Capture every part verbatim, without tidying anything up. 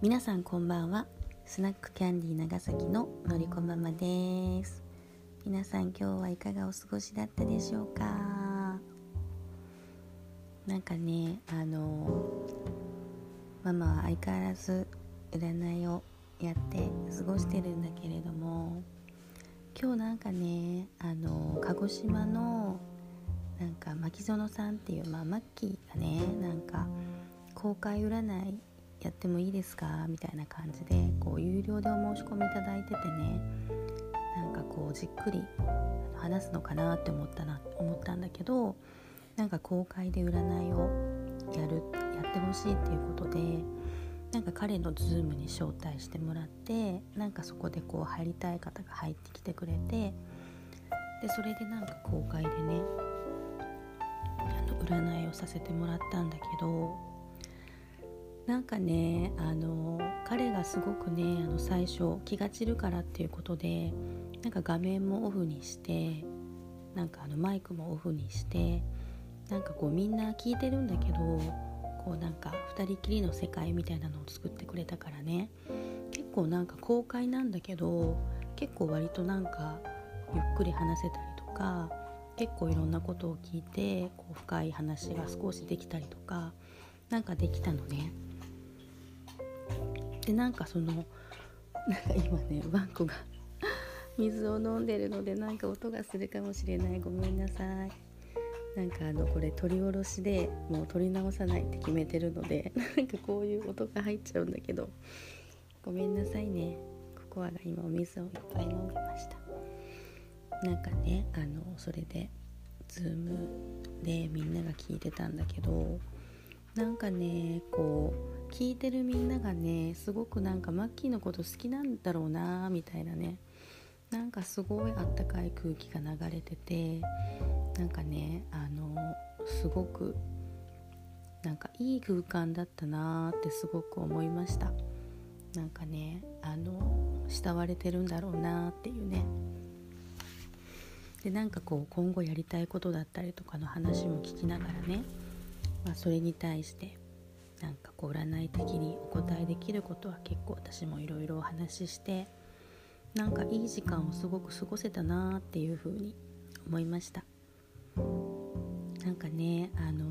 皆さんこんばんは。スナックキャンディー長崎ののりこママです。皆さん今日はいかがお過ごしだったでしょうか。なんかねあのママは相変わらず占いをやって過ごしてるんだけれども、今日なんかねあの鹿児島のなんか牧園さんっていう、まあ、マッキーがねなんか公開占いやってもいいですかみたいな感じでこう有料でお申し込みいただいててね、なんかこうじっくり話すのかなって思ったな思ったんだけど、なんか公開で占いをやるやってほしいっていうことで、なんか彼のズームに招待してもらって、なんかそこでこう入りたい方が入ってきてくれて、でそれでなんか公開でねあの占いをさせてもらったんだけど、なんかねあの彼がすごくねあの最初気が散るからっていうことで、なんか画面もオフにして、なんかあのマイクもオフにして、なんかこうみんな聞いてるんだけど、こうなんか二人きりの世界みたいなのを作ってくれたからね、結構なんか公開なんだけど結構割となんかゆっくり話せたりとか、結構いろんなことを聞いてこう深い話が少しできたりとかなんかできたのね。でなんかそのなんか今ねワンコが水を飲んでるのでなんか音がするかもしれない、ごめんなさい。なんかあのこれ撮り下ろしでもう撮り直さないって決めてるのでなんかこういう音が入っちゃうんだけどごめんなさいね。ココアが今お水をいっぱい飲んでました。なんかねあのそれでズームでみんなが聞いてたんだけど、なんかねこう聞いてるみんながねすごくなんかマッキーのこと好きなんだろうなみたいなね、なんかすごいあったかい空気が流れてて、なんかねあのすごくなんかいい空間だったなってすごく思いました。なんかねあの慕われてるんだろうなっていうね。でなんかこう今後やりたいことだったりとかの話も聞きながらね、まあ、それに対してなんかこう占い的にお答えできることは結構私もいろいろお話しして、なんかいい時間をすごく過ごせたなっていうふうに思いました。なんかねあの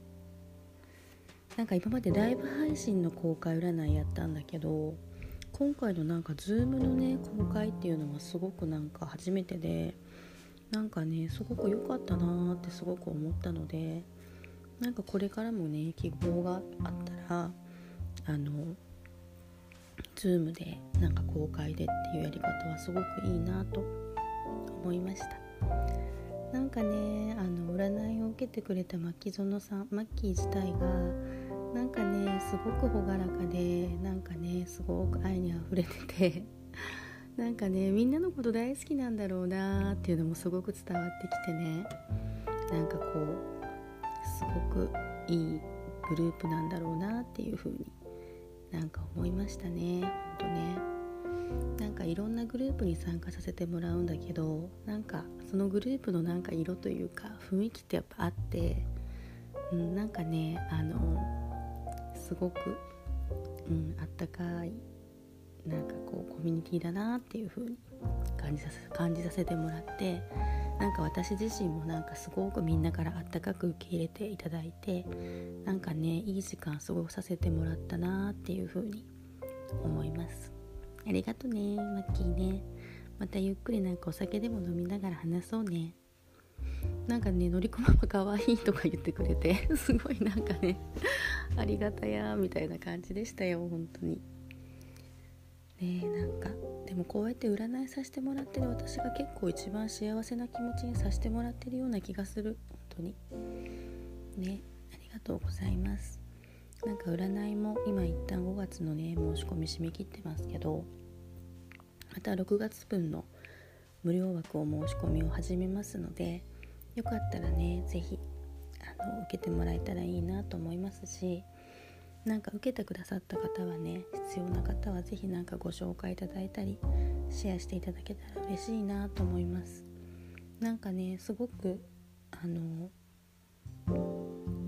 なんか今までライブ配信の公開占いやったんだけど、今回のなんかズームのね公開っていうのはすごくなんか初めてで、なんかねすごく良かったなってすごく思ったので、なんかこれからもね希望があったらあのズームでなんか公開でっていうやり方はすごくいいなと思いました。なんかねあの占いを受けてくれたマキゾノさんマッキー自体がなんかねすごく朗らかで、なんかねすごく愛にあふれててなんかねみんなのこと大好きなんだろうなっていうのもすごく伝わってきてね、なんかこうすごくいいグループなんだろうなっていう風になんか思いましたね。ほんとねなんかいろんなグループに参加させてもらうんだけど、なんかそのグループのなんか色というか雰囲気ってやっぱあって、うん、なんかねあのすごく、うん、あったかいなんかこうコミュニティだなっていう風に感じさせ、感じさせてもらって、なんか私自身もなんかすごくみんなからあったかく受け入れていただいて、なんかねいい時間過ごさせてもらったなっていう風に思います。ありがとねマッキーね。またゆっくりなんかお酒でも飲みながら話そうね。なんかねのりこママかわいいとか言ってくれてすごいなんかねありがたやみたいな感じでしたよ本当にね。えなんかでもこうやって占いさせてもらってる私が結構一番幸せな気持ちにさせてもらってるような気がする。本当にねありがとうございます。なんか占いも今一旦ごがつのね申し込み締め切ってますけど、またろくがつ分の無料枠を申し込みを始めますので、よかったらねぜひあの受けてもらえたらいいなと思いますし、なんか受けてくださった方はね必要な方はぜひなんかご紹介いただいたりシェアしていただけたら嬉しいなと思います。なんかねすごくあのも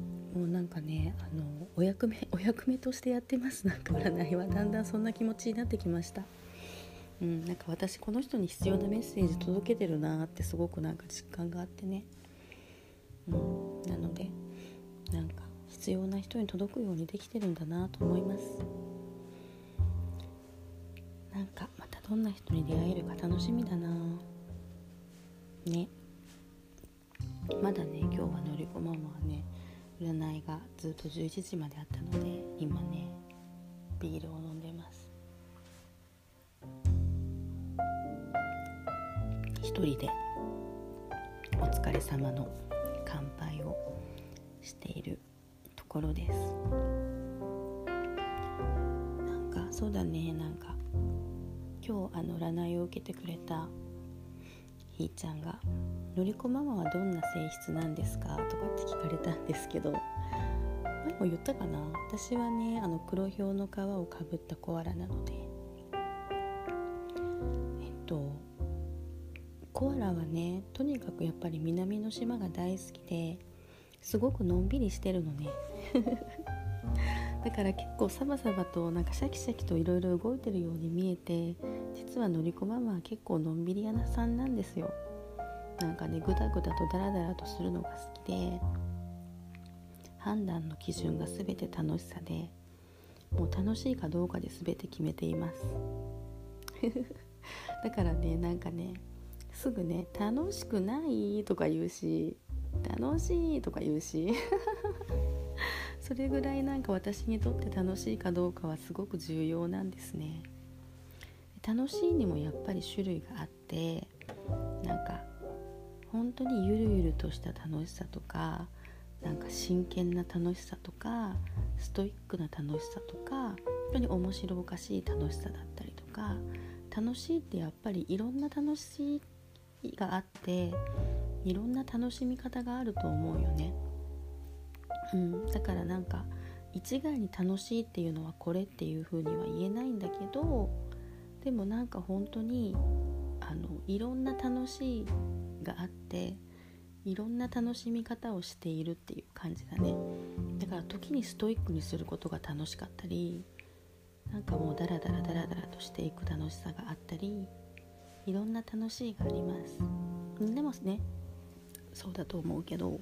もうなんかねあのお役目お役目としてやってます。なんか占いはだんだんそんな気持ちになってきました。うん、なんか私この人に必要なメッセージ届けてるなってすごくなんか実感があってね、うん、なのでなんか必要な人に届くようにできてるんだなと思います。なんかまたどんな人に出会えるか楽しみだなね。まだね今日はのりこママはね占いがずっとじゅういちじまであったので今ねビールを飲んでます。一人でお疲れ様の乾杯をしているところです。なんかそうだねなんか今日あの占いを受けてくれたひーちゃんがのりこママはどんな性質なんですかとかって聞かれたんですけど、前も言ったかな。私はねあの黒ひょうの皮をかぶったコアラなので、えっとコアラはねとにかくやっぱり南の島が大好きですごくのんびりしてるのねだから結構サバサバとなんかシャキシャキといろいろ動いてるように見えて、実はのりこママは結構のんびり屋さんなんですよ。なんかねグダグダとダラダラとするのが好きで、判断の基準が全て楽しさで、もう楽しいかどうかで全て決めていますだからねなんかねすぐね楽しくないとか言うし楽しいとか言うしそれぐらいなんか私にとって楽しいかどうかはすごく重要なんですね。楽しいにもやっぱり種類があって、なんか本当にゆるゆるとした楽しさとか、なんか真剣な楽しさとか、ストイックな楽しさとか、本当に面白おかしい楽しさだったりとか、楽しいってやっぱりいろんな楽しいがあって、いろんな楽しみ方があると思うよね。うん、だからなんか一概に楽しいっていうのはこれっていう風には言えないんだけど、でもなんか本当にあのいろんな楽しいがあって、いろんな楽しみ方をしているっていう感じだね。だから時にストイックにすることが楽しかったり、なんかもうダラダラダラダラとしていく楽しさがあったり、いろんな楽しいがあります。でもねそうだと思うけど、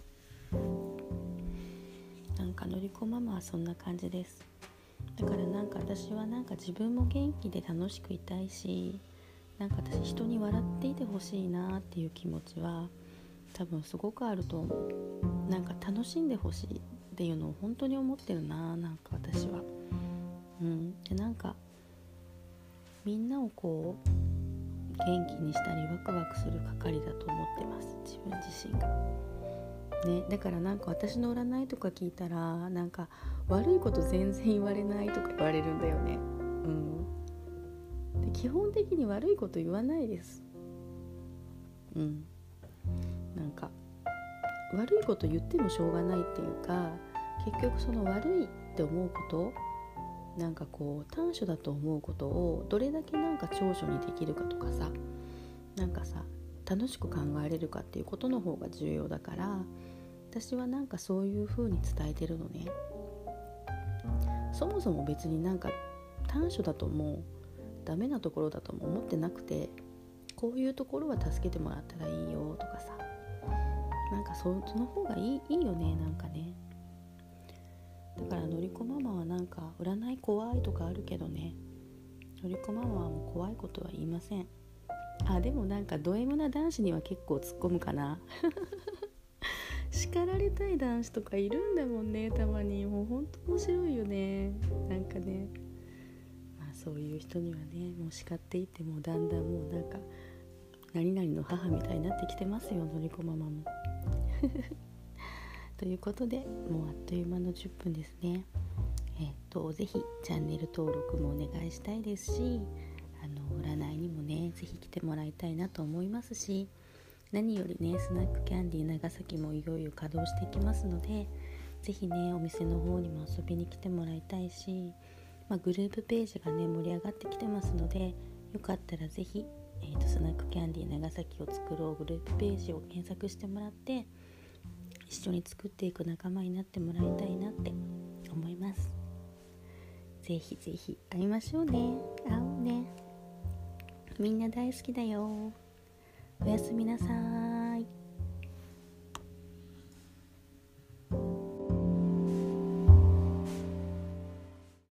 なんかのりこママはそんな感じです。だからなんか私はなんか自分も元気で楽しくいたいし、なんか私人に笑っていてほしいなっていう気持ちは多分すごくあると思う。なんか楽しんでほしいっていうのを本当に思ってるな、なんか私は。うん。でなんかみんなをこう元気にしたりワクワクする係だと思ってます、自分自身が。ね、だからなんか私の占いとか聞いたらなんか悪いこと全然言われないとか言われるんだよね。うん。で基本的に悪いこと言わないです。うん。なんか悪いこと言ってもしょうがないっていうか、結局その悪いって思うこと、なんかこう短所だと思うことをどれだけなんか長所にできるかとかさ、なんかさ楽しく考えれるかっていうことの方が重要だから、私はなんかそういう風に伝えてるのね。そもそも別になんか短所だともダメなところだとも思ってなくて、こういうところは助けてもらったらいいよとかさ、なんか そ, その方がいい、いいよね。なんかね、だからのりこママはなんか占い怖いとかあるけどね、のりこママはもう怖いことは言いません。あ、でもなんかド M な男子には結構突っ込むかな叱られたい男子とかいるんだもんね、たまに。もうほんと面白いよね。なんかね、まあそういう人にはね、もう叱っていってもだんだんもうなんか何々の母みたいになってきてますよ、のりこママもということで、もうあっという間のじゅっぷんですね。えっとぜひチャンネル登録もお願いしたいですし、あの占いにもねぜひ来てもらいたいなと思いますし、何よりねスナックキャンディー長崎もいよいよ稼働していきますので、ぜひねお店の方にも遊びに来てもらいたいし、まあ、グループページがね盛り上がってきてますので、よかったらぜひ、えーと、スナックキャンディー長崎を作ろうグループページを検索してもらって、一一緒に作っていく仲間になってもらいたいなって思います。ぜひぜひ会いましょうね。会おうね。みんな大好きだよ。おやすみなさい。